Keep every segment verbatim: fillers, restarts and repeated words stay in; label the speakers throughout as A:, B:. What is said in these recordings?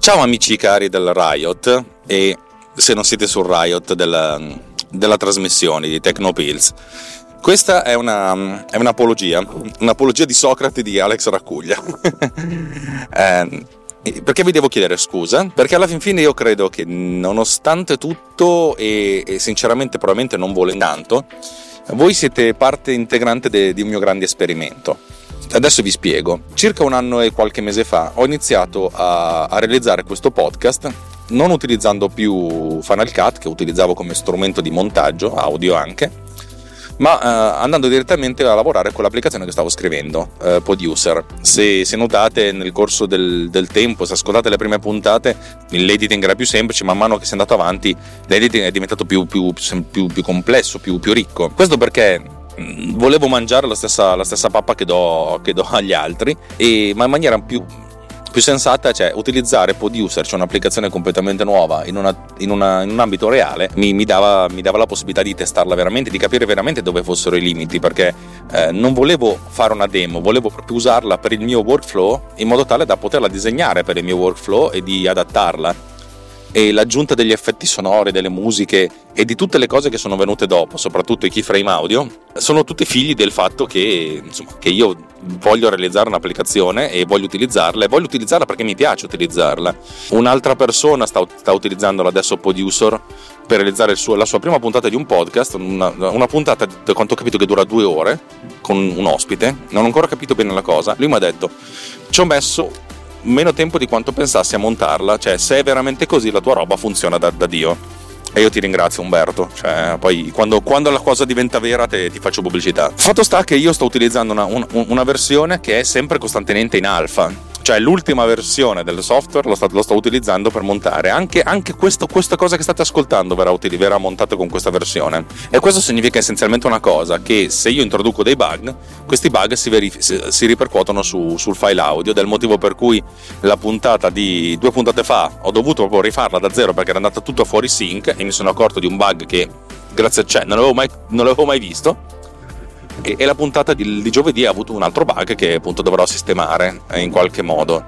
A: Ciao amici cari del Riot, e se non siete sul Riot della, della trasmissione di Tecnopills. Questa è una è un'apologia, un'apologia di Socrate di Alex Raccuglia. eh, perché vi devo chiedere scusa? Perché alla fin fine io credo che nonostante tutto e, e sinceramente probabilmente non volendo tanto, voi siete parte integrante de, di un mio grande esperimento. Adesso vi spiego. Circa un anno e qualche mese fa ho iniziato a, a realizzare questo podcast non utilizzando più Final Cut, che utilizzavo come strumento di montaggio, audio anche, ma eh, andando direttamente a lavorare con l'applicazione che stavo scrivendo, eh, Poduser. Se, se notate nel corso del, del tempo, se ascoltate le prime puntate, l'editing era più semplice, man mano che si è andato avanti l'editing è diventato più, più, più, più complesso, più, più ricco. Questo perché volevo mangiare la stessa, la stessa pappa che do, che do agli altri, e, ma in maniera più, più sensata, cioè utilizzare Poduser, cioè un'applicazione completamente nuova in, una, in, una, in un ambito reale, mi, mi, dava, mi dava la possibilità di testarla veramente, di capire veramente dove fossero i limiti, perché eh, non volevo fare una demo, volevo proprio usarla per il mio workflow in modo tale da poterla disegnare per il mio workflow e di adattarla. E l'aggiunta degli effetti sonori, delle musiche e di tutte le cose che sono venute dopo, soprattutto i keyframe audio, sono tutti figli del fatto che, insomma, che io voglio realizzare un'applicazione e voglio utilizzarla, e voglio utilizzarla perché mi piace utilizzarla. Un'altra persona sta, sta utilizzandola adesso, Poduser, per realizzare il suo, la sua prima puntata di un podcast, una, una puntata, da quanto ho capito, che dura due ore, con un ospite. Non ho ancora capito bene la cosa. Lui mi ha detto, ci ho messo meno tempo di quanto pensassi a montarla, cioè se è veramente così la tua roba funziona da, da Dio. E io ti ringrazio, Umberto, cioè poi quando, quando la cosa diventa vera te, ti faccio pubblicità. Fatto sta che io sto utilizzando una, un, una versione che è sempre costantemente in alfa, cioè l'ultima versione del software lo sto, lo sto utilizzando per montare anche, anche questo, questa cosa che state ascoltando verrà, utili, verrà montata con questa versione. E questo significa essenzialmente una cosa, che se io introduco dei bug, questi bug si, verif- si, si ripercuotono su, sul file audio, del motivo per cui la puntata di due puntate fa ho dovuto proprio rifarla da zero perché era andata tutto fuori sync, e mi sono accorto di un bug che grazie a cioè, non l'avevo mai, non l'avevo mai visto. E, e la puntata di, di giovedì ha avuto un altro bug che appunto dovrò sistemare eh, in qualche modo.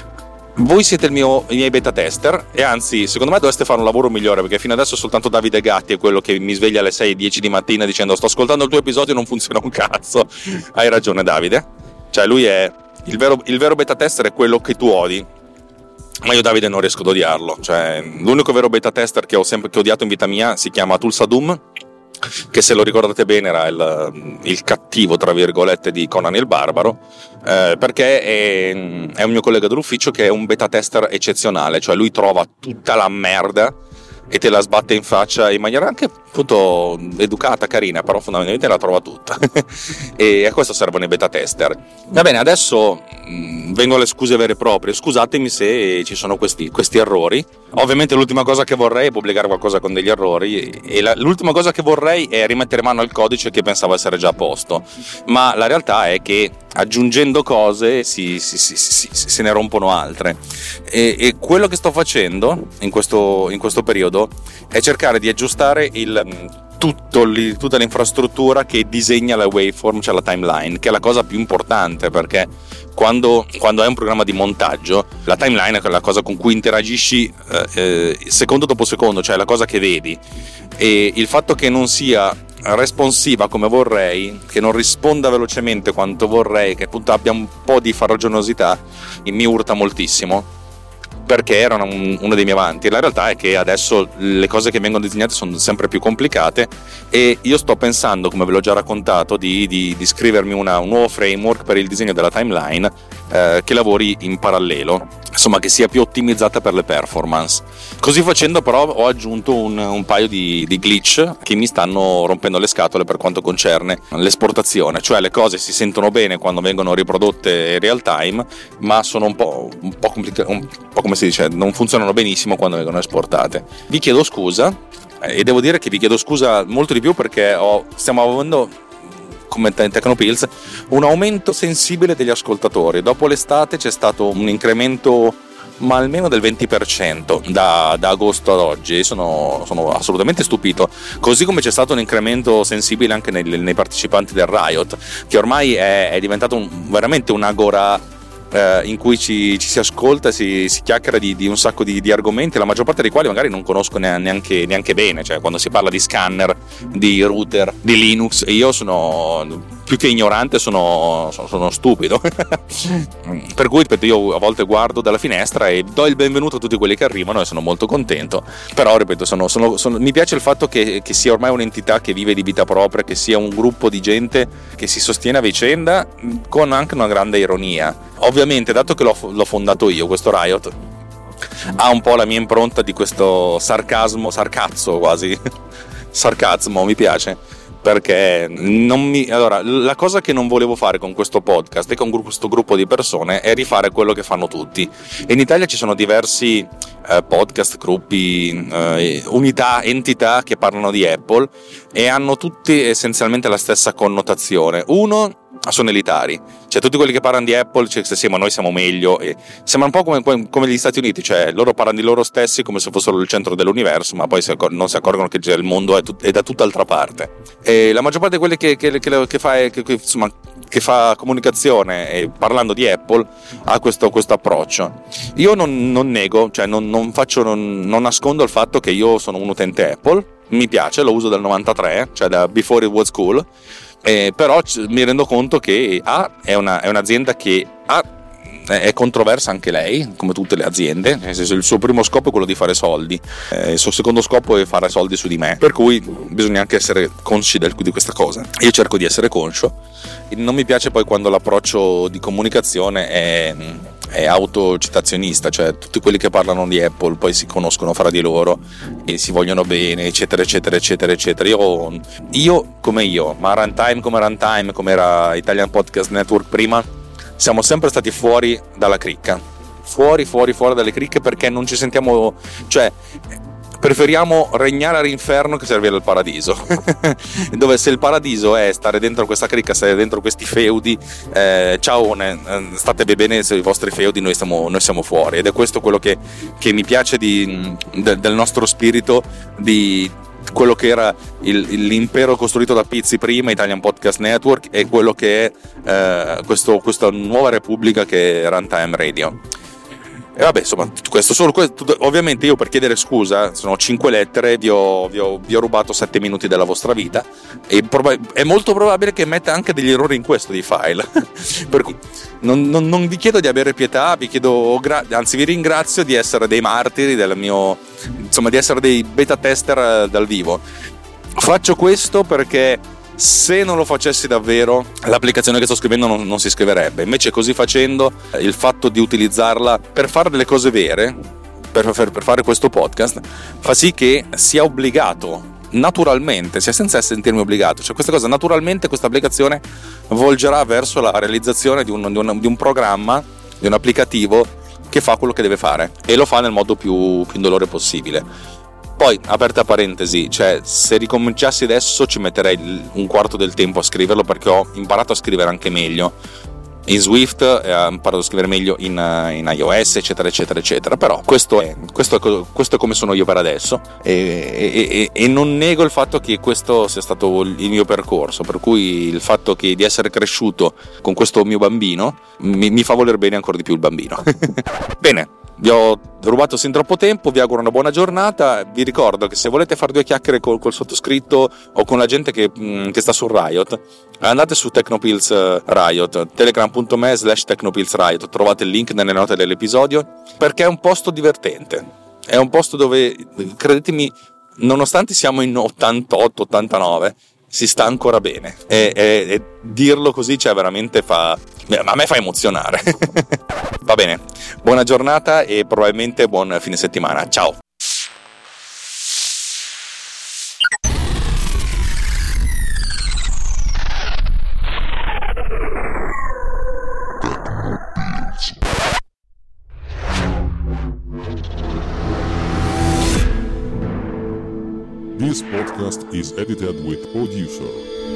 A: Voi siete il mio, i miei beta tester, e anzi secondo me dovreste fare un lavoro migliore, perché fino adesso soltanto Davide Gatti è quello che mi sveglia alle sei e dieci di mattina dicendo sto ascoltando il tuo episodio e non funziona un cazzo. Hai ragione, Davide, cioè lui è il vero, il vero beta tester, è quello che tu odi, ma io Davide non riesco ad odiarlo. Cioè l'unico vero beta tester che ho sempre che ho odiato in vita mia si chiama Tulsa Doom, che se lo ricordate bene era il, il cattivo tra virgolette di Conan il Barbaro, eh, perché è, è un mio collega dell'ufficio che è un beta tester eccezionale, cioè lui trova tutta la merda e te la sbatte in faccia in maniera anche appunto educata, carina, però fondamentalmente la trova tutta. E a questo servono i beta tester. Va bene, adesso mh, vengono le scuse vere e proprie. Scusatemi se ci sono questi, questi errori. Ovviamente l'ultima cosa che vorrei è pubblicare qualcosa con degli errori, e la, l'ultima cosa che vorrei è rimettere mano al codice che pensavo essere già a posto, ma la realtà è che aggiungendo cose si, si, si, si, se ne rompono altre, e, e quello che sto facendo in questo, in questo periodo è cercare di aggiustare il tutto lì, tutta l'infrastruttura che disegna la waveform, cioè la timeline, che è la cosa più importante, perché quando, quando hai un programma di montaggio, la timeline è la cosa con cui interagisci eh, secondo dopo secondo, cioè la cosa che vedi, e il fatto che non sia responsiva come vorrei, che non risponda velocemente quanto vorrei, che appunto abbia un po' di farraginosità, mi urta moltissimo, perché era un, uno dei miei avanti. La realtà è che adesso le cose che vengono disegnate sono sempre più complicate, e io sto pensando, come ve l'ho già raccontato, di, di, di scrivermi una, un nuovo framework per il disegno della timeline eh, che lavori in parallelo, insomma che sia più ottimizzata per le performance. Così facendo però ho aggiunto un, un paio di, di glitch che mi stanno rompendo le scatole per quanto concerne l'esportazione, cioè le cose si sentono bene quando vengono riprodotte in real time, ma sono un po', un po' complicate, un po' come si dice, non funzionano benissimo quando vengono esportate. Vi chiedo scusa, e devo dire che vi chiedo scusa molto di più perché ho, stiamo avendo, come in Tecnopills, un aumento sensibile degli ascoltatori. Dopo l'estate c'è stato un incremento ma almeno del venti per cento da, da agosto ad oggi. Sono, sono assolutamente stupito, così come c'è stato un incremento sensibile anche nei, nei partecipanti del Riot, che ormai è, è diventato un, veramente un'agora eh, in cui ci, ci si ascolta, si, si chiacchiera di, di un sacco di, di argomenti, la maggior parte dei quali magari non conosco neanche, neanche bene, cioè quando si parla di scanner, di router, di Linux, io sono più che ignorante, sono, sono, sono stupido. Per cui ripeto, io a volte guardo dalla finestra e do il benvenuto a tutti quelli che arrivano e sono molto contento, però ripeto, sono, sono, sono, mi piace il fatto che, che sia ormai un'entità che vive di vita propria, che sia un gruppo di gente che si sostiene a vicenda con anche una grande ironia. Ovviamente, dato che l'ho, l'ho fondato io, questo Riot ha un po' la mia impronta di questo sarcasmo, sarcazzo quasi, sarcasmo, mi piace, perché non mi... allora, la cosa che non volevo fare con questo podcast e con questo gruppo di persone è rifare quello che fanno tutti. In Italia ci sono diversi eh, podcast, gruppi, eh, unità, entità che parlano di Apple e hanno tutti essenzialmente la stessa connotazione. Uno, sono elitari, cioè tutti quelli che parlano di Apple, cioè, sì, ma noi siamo meglio, e sembra un po' come, come gli Stati Uniti, cioè loro parlano di loro stessi come se fossero il centro dell'universo, ma poi si accor- non si accorgono che il mondo è, tut- è da tutt'altra parte. E la maggior parte di quelli che, che, che, che, fa, che, che, insomma, che fa comunicazione e parlando di Apple ha questo, questo approccio. Io non, non nego, cioè non, non faccio, non, non nascondo il fatto che io sono un utente Apple, mi piace, lo uso dal novantatré, cioè da before it was cool. Eh, però mi rendo conto che A è, una, è un'azienda che A è controversa anche lei, come tutte le aziende, nel senso il suo primo scopo è quello di fare soldi, eh, il suo secondo scopo è fare soldi su di me, per cui bisogna anche essere consci del, di questa cosa. Io cerco di essere conscio, non mi piace poi quando l'approccio di comunicazione è, è autocitazionista, cioè tutti quelli che parlano di Apple poi si conoscono fra di loro e si vogliono bene, eccetera eccetera eccetera eccetera. Io, io come io, ma Runtime come Runtime, come era Italian Podcast Network prima, siamo sempre stati fuori dalla cricca, fuori fuori fuori dalle cricche, perché non ci sentiamo, cioè preferiamo regnare all'inferno che servire al paradiso. Dove se il paradiso è stare dentro questa cricca, stare dentro questi feudi, eh, ciao, ne, state bene se i vostri feudi, noi siamo, noi siamo fuori. Ed è questo quello che, che mi piace di, de, del nostro spirito, di quello che era il, l'impero costruito da Pizzi prima, Italian Podcast Network, e quello che è eh, questo, questa nuova repubblica che è Runtime Radio. E vabbè, insomma, questo solo questo, ovviamente io per chiedere scusa, sono cinque lettere, vi ho, vi ho, vi ho rubato sette minuti della vostra vita e prob- è molto probabile che metta anche degli errori in questo di file. Per cui non, non, non vi chiedo di avere pietà, vi chiedo, gra- anzi vi ringrazio di essere dei martiri del mio, insomma, di essere dei beta tester dal vivo. Faccio questo perché se non lo facessi davvero, l'applicazione che sto scrivendo non, non si scriverebbe. Invece così facendo, il fatto di utilizzarla per fare delle cose vere, per, per, per fare questo podcast, fa sì che sia obbligato naturalmente, sia senza sentirmi obbligato, cioè questa cosa naturalmente, questa applicazione volgerà verso la realizzazione di un, di un, di un programma, di un applicativo che fa quello che deve fare, e lo fa nel modo più, più indolore possibile. Poi, aperta parentesi, cioè se ricominciassi adesso ci metterei un quarto del tempo a scriverlo, perché ho imparato a scrivere anche meglio in Swift, eh, ho imparato a scrivere meglio in, in iOS, eccetera eccetera eccetera. Però questo è, questo è, questo è come sono io per adesso, e, e, e non nego il fatto che questo sia stato il mio percorso, per cui il fatto che di essere cresciuto con questo mio bambino mi, mi fa voler bene ancora di più il bambino. Bene, vi ho rubato sin troppo tempo, vi auguro una buona giornata. Vi ricordo che se volete fare due chiacchiere col, col sottoscritto o con la gente che, mh, che sta su Riot, andate su Technopills Riot, telegram.me slash Technopills Riot, trovate il link nelle note dell'episodio, perché è un posto divertente, è un posto dove, credetemi, nonostante siamo in ottantotto ottantanove, si sta ancora bene, e, e, e dirlo così, cioè veramente fa, a me fa emozionare. Va bene, buona giornata e probabilmente buon fine settimana, ciao.
B: This podcast is edited with Producer.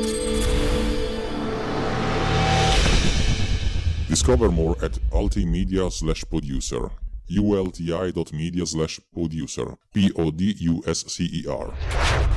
B: Discover more at ultimedia slash producer, ulti dot media slash producer, P O D U S C E R.